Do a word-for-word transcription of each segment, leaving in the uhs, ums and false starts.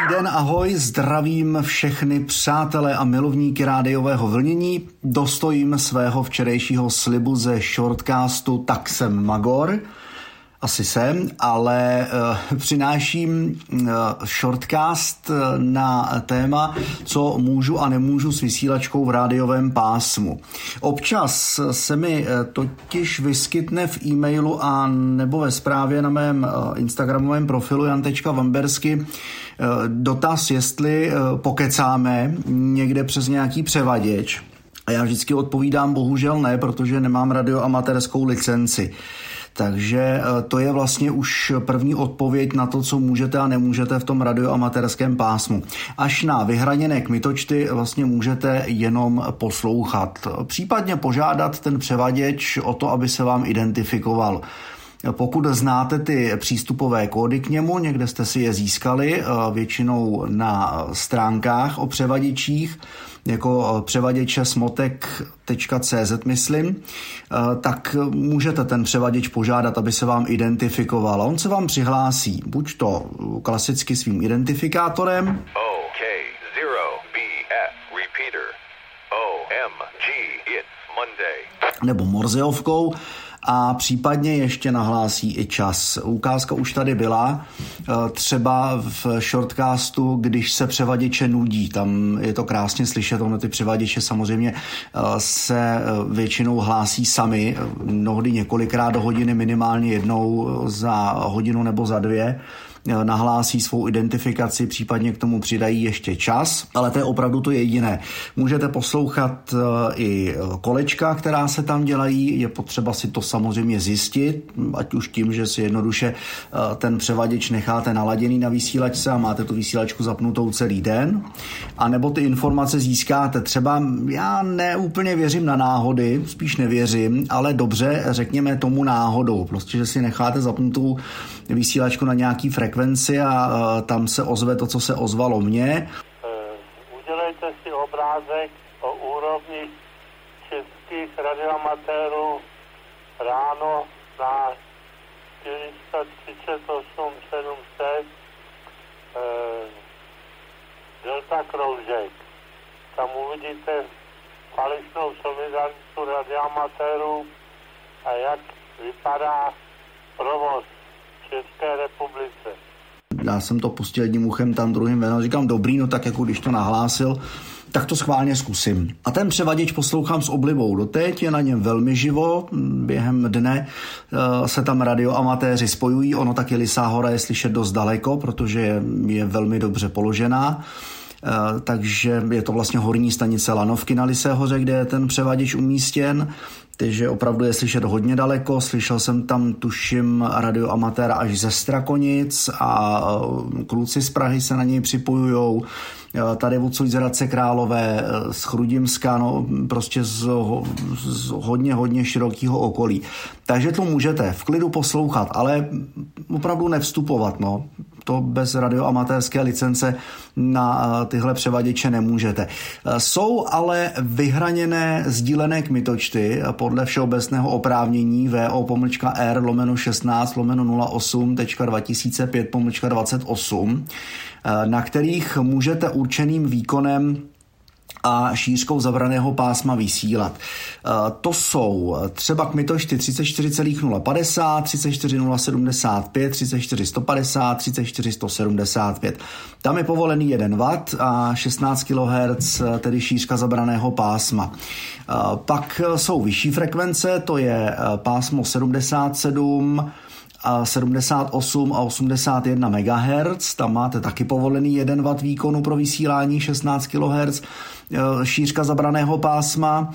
den, ahoj, zdravím všechny přátelé a milovníky rádiového vlnění. Dostojím svého včerejšího slibu ze shortcastu Tak jsem Magor. Asi jsem, ale uh, přináším uh, shortcast na téma, co můžu a nemůžu s vysílačkou v rádiovém pásmu. Občas se mi totiž vyskytne v e-mailu a nebo ve zprávě na mém uh, instagramovém profilu jan tečka vambersky uh, dotaz, jestli uh, pokecáme někde přes nějaký převaděč. A já vždycky odpovídám bohužel ne, protože nemám radioamatérskou licenci. Takže to je vlastně už první odpověď na to, co můžete a nemůžete v tom radioamatérském pásmu. Až na vyhraněné kmitočty vlastně můžete jenom poslouchat. Případně požádat ten převaděč o to, aby se vám identifikoval. Pokud znáte ty přístupové kódy k němu, někde jste si je získali, většinou na stránkách o převaděčích, jako převaděče smotek tečka cé zet, myslím, tak můžete ten převaděč požádat, aby se vám identifikoval. On se vám přihlásí buď to klasicky svým identifikátorem O K zero B F repeater O M G it's Monday, nebo morzeovkou, a případně ještě nahlásí i čas. Ukázka už tady byla, třeba v shortcastu, když se převaděče nudí, tam je to krásně slyšet, ono ty převaděče samozřejmě se většinou hlásí sami, mnohdy několikrát do hodiny, minimálně jednou za hodinu nebo za dvě, nahlásí svou identifikaci, případně k tomu přidají ještě čas, ale to je opravdu to jediné. Můžete poslouchat i kolečka, která se tam dělají, je potřeba si to samozřejmě zjistit, ať už tím, že si jednoduše ten převaděč necháte naladěný na vysílačce a máte tu vysílačku zapnutou celý den, a nebo ty informace získáte. Třeba já neúplně věřím na náhody, spíš nevěřím, ale dobře, řekněme tomu náhodou, prostě, že si necháte zapnutou vysílačku na nějaký frekvenci a uh, tam se ozve to, co se ozvalo mně. Udělejte si obrázek o úrovni českých radioamatérů ráno na čtyři třicet osm sedm set eh, Delta Kroužek. Tam uvidíte falešnou solidaritu radioamatérů a jak vypadá provoz České republice. Já jsem to pustil jedním uchem, tam druhým ven, říkám dobrý, no tak jako když to nahlásil, tak to schválně zkusím. A ten převaděč poslouchám s oblibou doteď, je na něm velmi živo, během dne uh, se tam radioamatéři spojují, ono taky Lisá hora je slyšet dost daleko, protože je, je velmi dobře položená. Uh, takže je to vlastně horní stanice Lanovky na Lysé hoře, kde je ten převaděč umístěn. Takže opravdu je slyšet hodně daleko, slyšel jsem tam, tuším, radioamatéra až ze Strakonic a kluci z Prahy se na něj připojujou, tady odsud z Hradce Králové, z Chrudimska, no prostě z, z hodně, hodně širokého okolí. Takže to můžete v klidu poslouchat, ale opravdu nevstupovat, no. To bez radioamatérské licence na tyhle převaděče nemůžete. Jsou ale vyhraněné sdílené kmitočty podle všeobecného oprávnění V O pomlčka R lomeno šestnáct lomeno nula osm tečka dva tisíce pět pomlčka dvacet osm, na kterých můžete určeným výkonem a šířkou zabraného pásma vysílat. To jsou třeba kmitočty třicet čtyři nula padesát, třicet čtyři nula sedmdesát pět, třicet čtyři sto padesát, třicet čtyři sto sedmdesát pět. Tam je povolený jeden watt a šestnáct kilohertzů, tedy šířka zabraného pásma. Pak jsou vyšší frekvence, to je pásmo sedmdesát sedm, sedmdesát osm a osmdesát jedna megahertzů, tam máte taky povolený jeden watt výkonu pro vysílání, šestnáct kilohertzů, šířka zabraného pásma.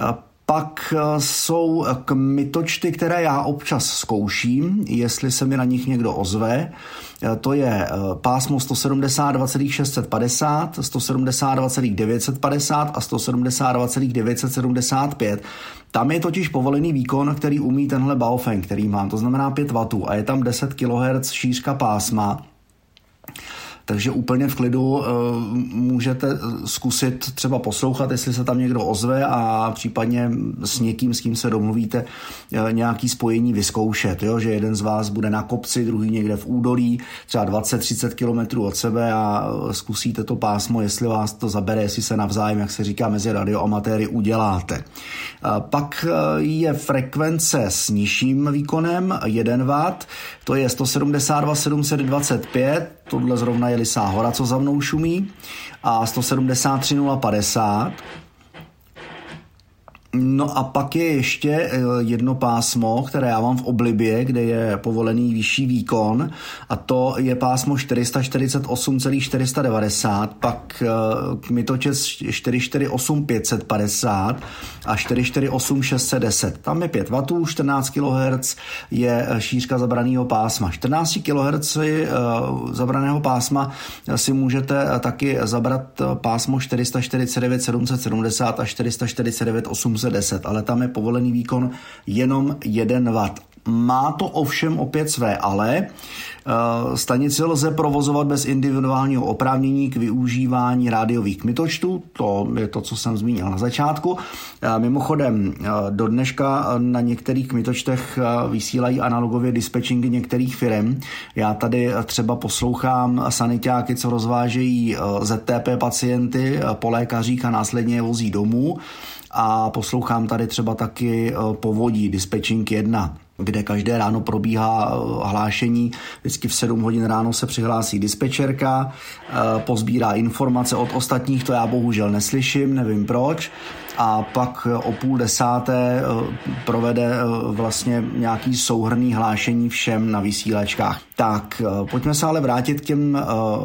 Pak jsou kmitočty, které já občas zkouším, jestli se mi na nich někdo ozve. To je pásmo sto sedmdesát dva celá šest set padesát, sto sedmdesát dva celá devět set padesát a sto sedmdesát dva celá devět set sedmdesát pět. Tam je totiž povolený výkon, který umí tenhle Baofeng, který mám, to znamená pět wattů, a je tam deset kilohertzů šířka pásma. takže úplně v klidu můžete zkusit třeba poslouchat, jestli se tam někdo ozve a případně s někým, s kým se domluvíte, nějaký spojení vyzkoušet, jo? Že jeden z vás bude na kopci, druhý někde v údolí, třeba dvacet třicet kilometrů od sebe a zkusíte to pásmo, jestli vás to zabere, jestli se navzájem, jak se říká, mezi radioamatéry uděláte. Pak je frekvence s nižším výkonem jeden watt, to je sto sedmdesát dva sedm set dvacet pět, tohle zrovna je Lysá hora, co za mnou šumí, a sto sedmdesát tři nula padesát. No a pak je ještě jedno pásmo, které já mám v oblibě, kde je povolený vyšší výkon, a to je pásmo čtyři sta čtyřicet osm celá čtyři sta devadesát, pak kmitočet čtyři sta čtyřicet osm pět set padesát a čtyři sta čtyřicet osm šest set deset. Tam je pět wattů, čtrnáct kilohertzů je šířka zabraného pásma. čtrnáct kilohertzů zabraného pásma si můžete taky zabrat pásmo čtyři sta čtyřicet devět sedm set sedmdesát a čtyři sta čtyřicet devět osm set deset, ale tam je povolený výkon jenom jeden watt. Má to ovšem opět své ale. Stanici lze provozovat bez individuálního oprávnění k využívání rádiových kmitočtů, to je to, co jsem zmínil na začátku. Mimochodem, do dneška na některých kmitočtech vysílají analogově dispečingy některých firem. Já tady třeba poslouchám sanitáky, co rozvážejí Z T P pacienty po lékařích a následně je vozí domů. A poslouchám tady třeba taky Povodí, dispečing jedna, kde každé ráno probíhá hlášení. Vždycky v sedm hodin ráno se přihlásí dispečerka, pozbírá informace od ostatních, to já bohužel neslyším, nevím proč. A pak o půl desáté provede vlastně nějaký souhrnný hlášení všem na vysílačkách. Tak, pojďme se ale vrátit k těm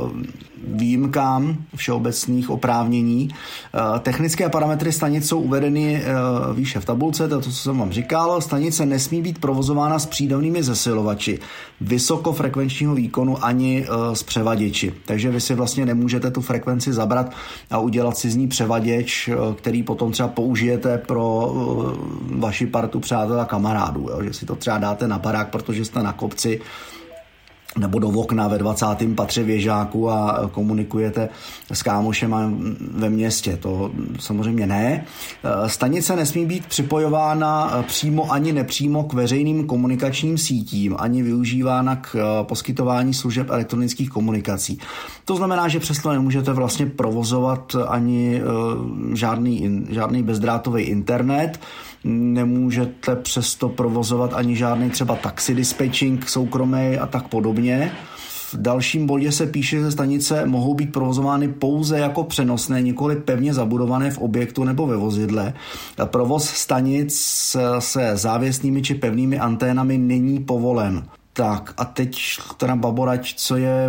výjimkám všeobecných oprávnění. Technické parametry stanic jsou uvedeny výše v tabulce, to je to, co jsem vám říkal. Stanice nesmí být provozována s přídavnými zesilovači vysokofrekvenčního výkonu ani s převaděči. Takže vy si vlastně nemůžete tu frekvenci zabrat a udělat si z ní převaděč, který potom třeba použijete pro vaši partu přátel a kamarádů. Jo? Že si to třeba dáte na barák, protože jste na kopci, nebo do okna ve dvacátém patře věžáku a komunikujete s kámošem ve městě. To samozřejmě ne. Stanice nesmí být připojována přímo ani nepřímo k veřejným komunikačním sítím, ani využívána k poskytování služeb elektronických komunikací. To znamená, že přesto nemůžete vlastně provozovat ani žádný, žádný bezdrátový internet, nemůžete přesto provozovat ani žádný třeba taxi dispatching soukromý a tak podobně. V dalším bodě se píše, že stanice mohou být provozovány pouze jako přenosné, nikoli pevně zabudované v objektu nebo ve vozidle. Provoz stanic se závěsnými či pevnými anténami není povolen. Tak a teď teda baborať, co je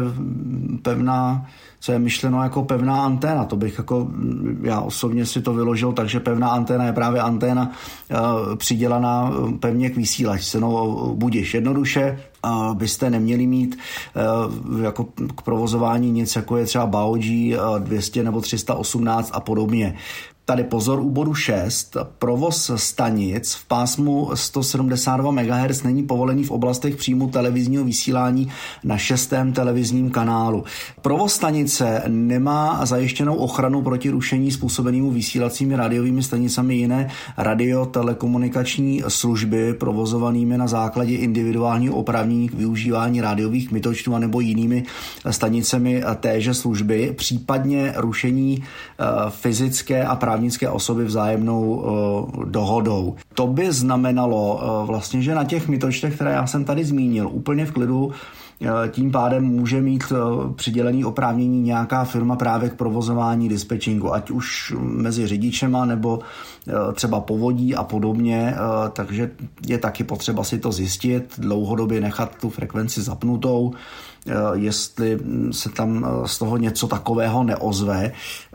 pevná, co je myšleno jako pevná anténa. To bych jako, já osobně si to vyložil, takže pevná anténa je právě anténa uh, přidělaná pevně k vysílačce. No budiš, jednoduše uh, byste neměli mít uh, jako k provozování nic, jako je třeba B A O G uh, dvě stě nebo tři sta osmnáct a podobně. Tady pozor u bodu šest. Provoz stanic v pásmu sto sedmdesát dva megahertzů není povolený v oblastech příjmu televizního vysílání na šestém televizním kanálu. Provoz stanice nemá zajištěnou ochranu proti rušení způsobenému vysílacími rádiovými stanicami jiné radiotelekomunikační služby provozovanými na základě individuálního oprávnění k využívání rádiových kmitočtů anebo jinými stanicemi téže služby, případně rušení fyzické a právnické osoby vzájemnou uh, dohodou. To by znamenalo uh, vlastně, že na těch kmitočtech, které já jsem tady zmínil, úplně v klidu uh, tím pádem může mít uh, přidělený oprávnění nějaká firma právě k provozování dispečingu, ať už mezi řidičema nebo uh, třeba Povodí a podobně, uh, takže je taky potřeba si to zjistit, dlouhodobě nechat tu frekvenci zapnutou, jestli se tam z toho něco takového neozve.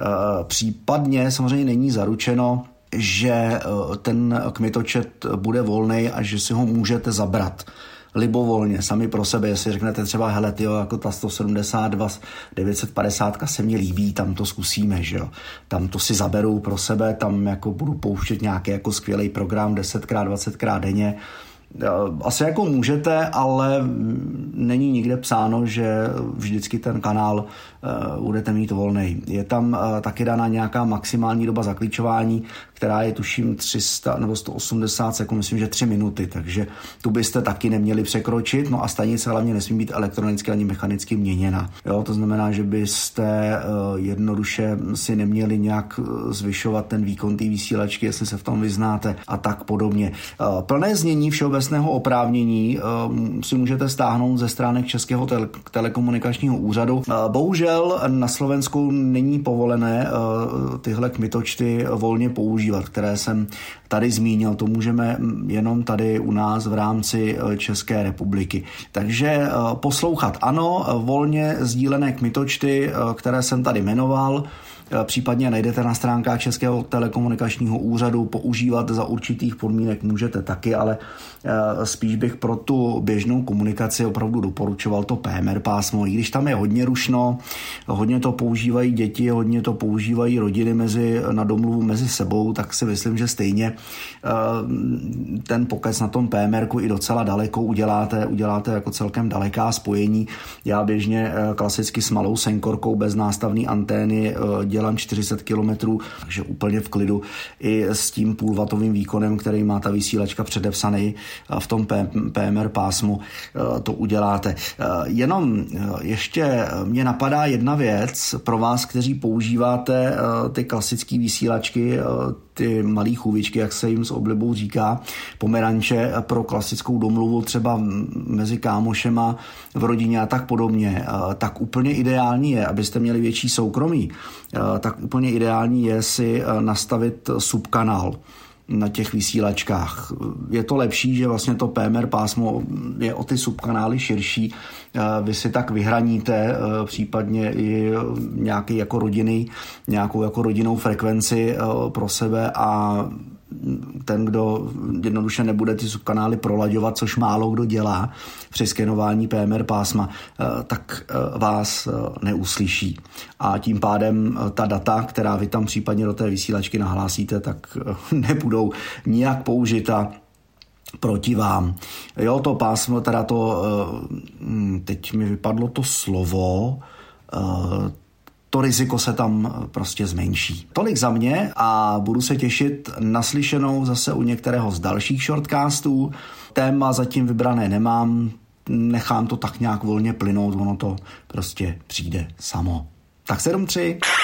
Případně samozřejmě není zaručeno, že ten kmitočet bude volnej a že si ho můžete zabrat libovolně, sami pro sebe, jestli řeknete třeba, hele, tyjo, jako ta sto sedmdesát dva devět set padesát se mně líbí, tam to zkusíme, že jo. Tam to si zaberu pro sebe, tam jako budu pouštět nějaký jako skvělý program desetkrát, dvacetkrát denně, Asi jako můžete, ale není nikde psáno, že vždycky ten kanál budete mít volnej. Je tam taky daná nějaká maximální doba zaklíčování, která je tuším tři sta nebo sto osmdesát sekund, myslím, že tři minuty, takže tu byste taky neměli překročit, no a stanice hlavně nesmí být elektronicky ani mechanicky měněna. Jo, to znamená, že byste jednoduše si neměli nějak zvyšovat ten výkon té vysílačky, jestli se v tom vyznáte a tak podobně. Plné znění všeobecného oprávnění si můžete stáhnout ze stránek Českého tele- telekomunikačního úřadu. Bohužel na Slovensku není povolené tyhle kmitočty volně používat, které jsem tady zmínil. To můžeme jenom tady u nás v rámci České republiky. Takže poslouchat ano, volně sdílené kmitočty, které jsem tady jmenoval, případně najdete na stránkách Českého telekomunikačního úřadu, používat za určitých podmínek můžete taky, ale spíš bych pro tu běžnou komunikaci opravdu doporučoval to P M R pásmo, i když tam je hodně rušno, hodně to používají děti, hodně to používají rodiny mezi, na domluvu mezi sebou, tak si myslím, že stejně ten pokec na tom P M R ku i docela daleko uděláte, uděláte jako celkem daleká spojení. Já běžně klasicky s malou senkorkou bez nástavní antény dělám čtyřicet kilometrů, takže úplně v klidu i s tím půlwatovým výkonem, který má ta vysílačka předepsaný v tom P M R pásmu, to uděláte. Jenom ještě mě napadá jedna věc pro vás, kteří používáte ty klasické vysílačky, ty malý chůvičky, jak se jim s oblibou říká, pomeranče pro klasickou domluvu třeba mezi kámošema v rodině a tak podobně, tak úplně ideální je, abyste měli větší soukromí, tak úplně ideální je si nastavit subkanál na těch vysílačkách. Je to lepší, že vlastně to P M R pásmo je o ty subkanály širší. Vy si tak vyhraníte případně i nějaký jako rodinný, nějakou jako rodinnou frekvenci pro sebe a ten, kdo jednoduše nebude ty subkanály prolaďovat, což málo kdo dělá při skenování P M R pásma, tak vás neuslyší. A tím pádem ta data, která vy tam případně do té vysílačky nahlásíte, tak nebudou nijak použita proti vám. Jo, to pásmo, teda to, teď mi vypadlo to slovo, to riziko se tam prostě zmenší. Tolik za mě a budu se těšit na slyšenou zase u některého z dalších shortcastů. Téma zatím vybrané nemám, nechám to tak nějak volně plynout, ono to prostě přijde samo. Tak sedm tři.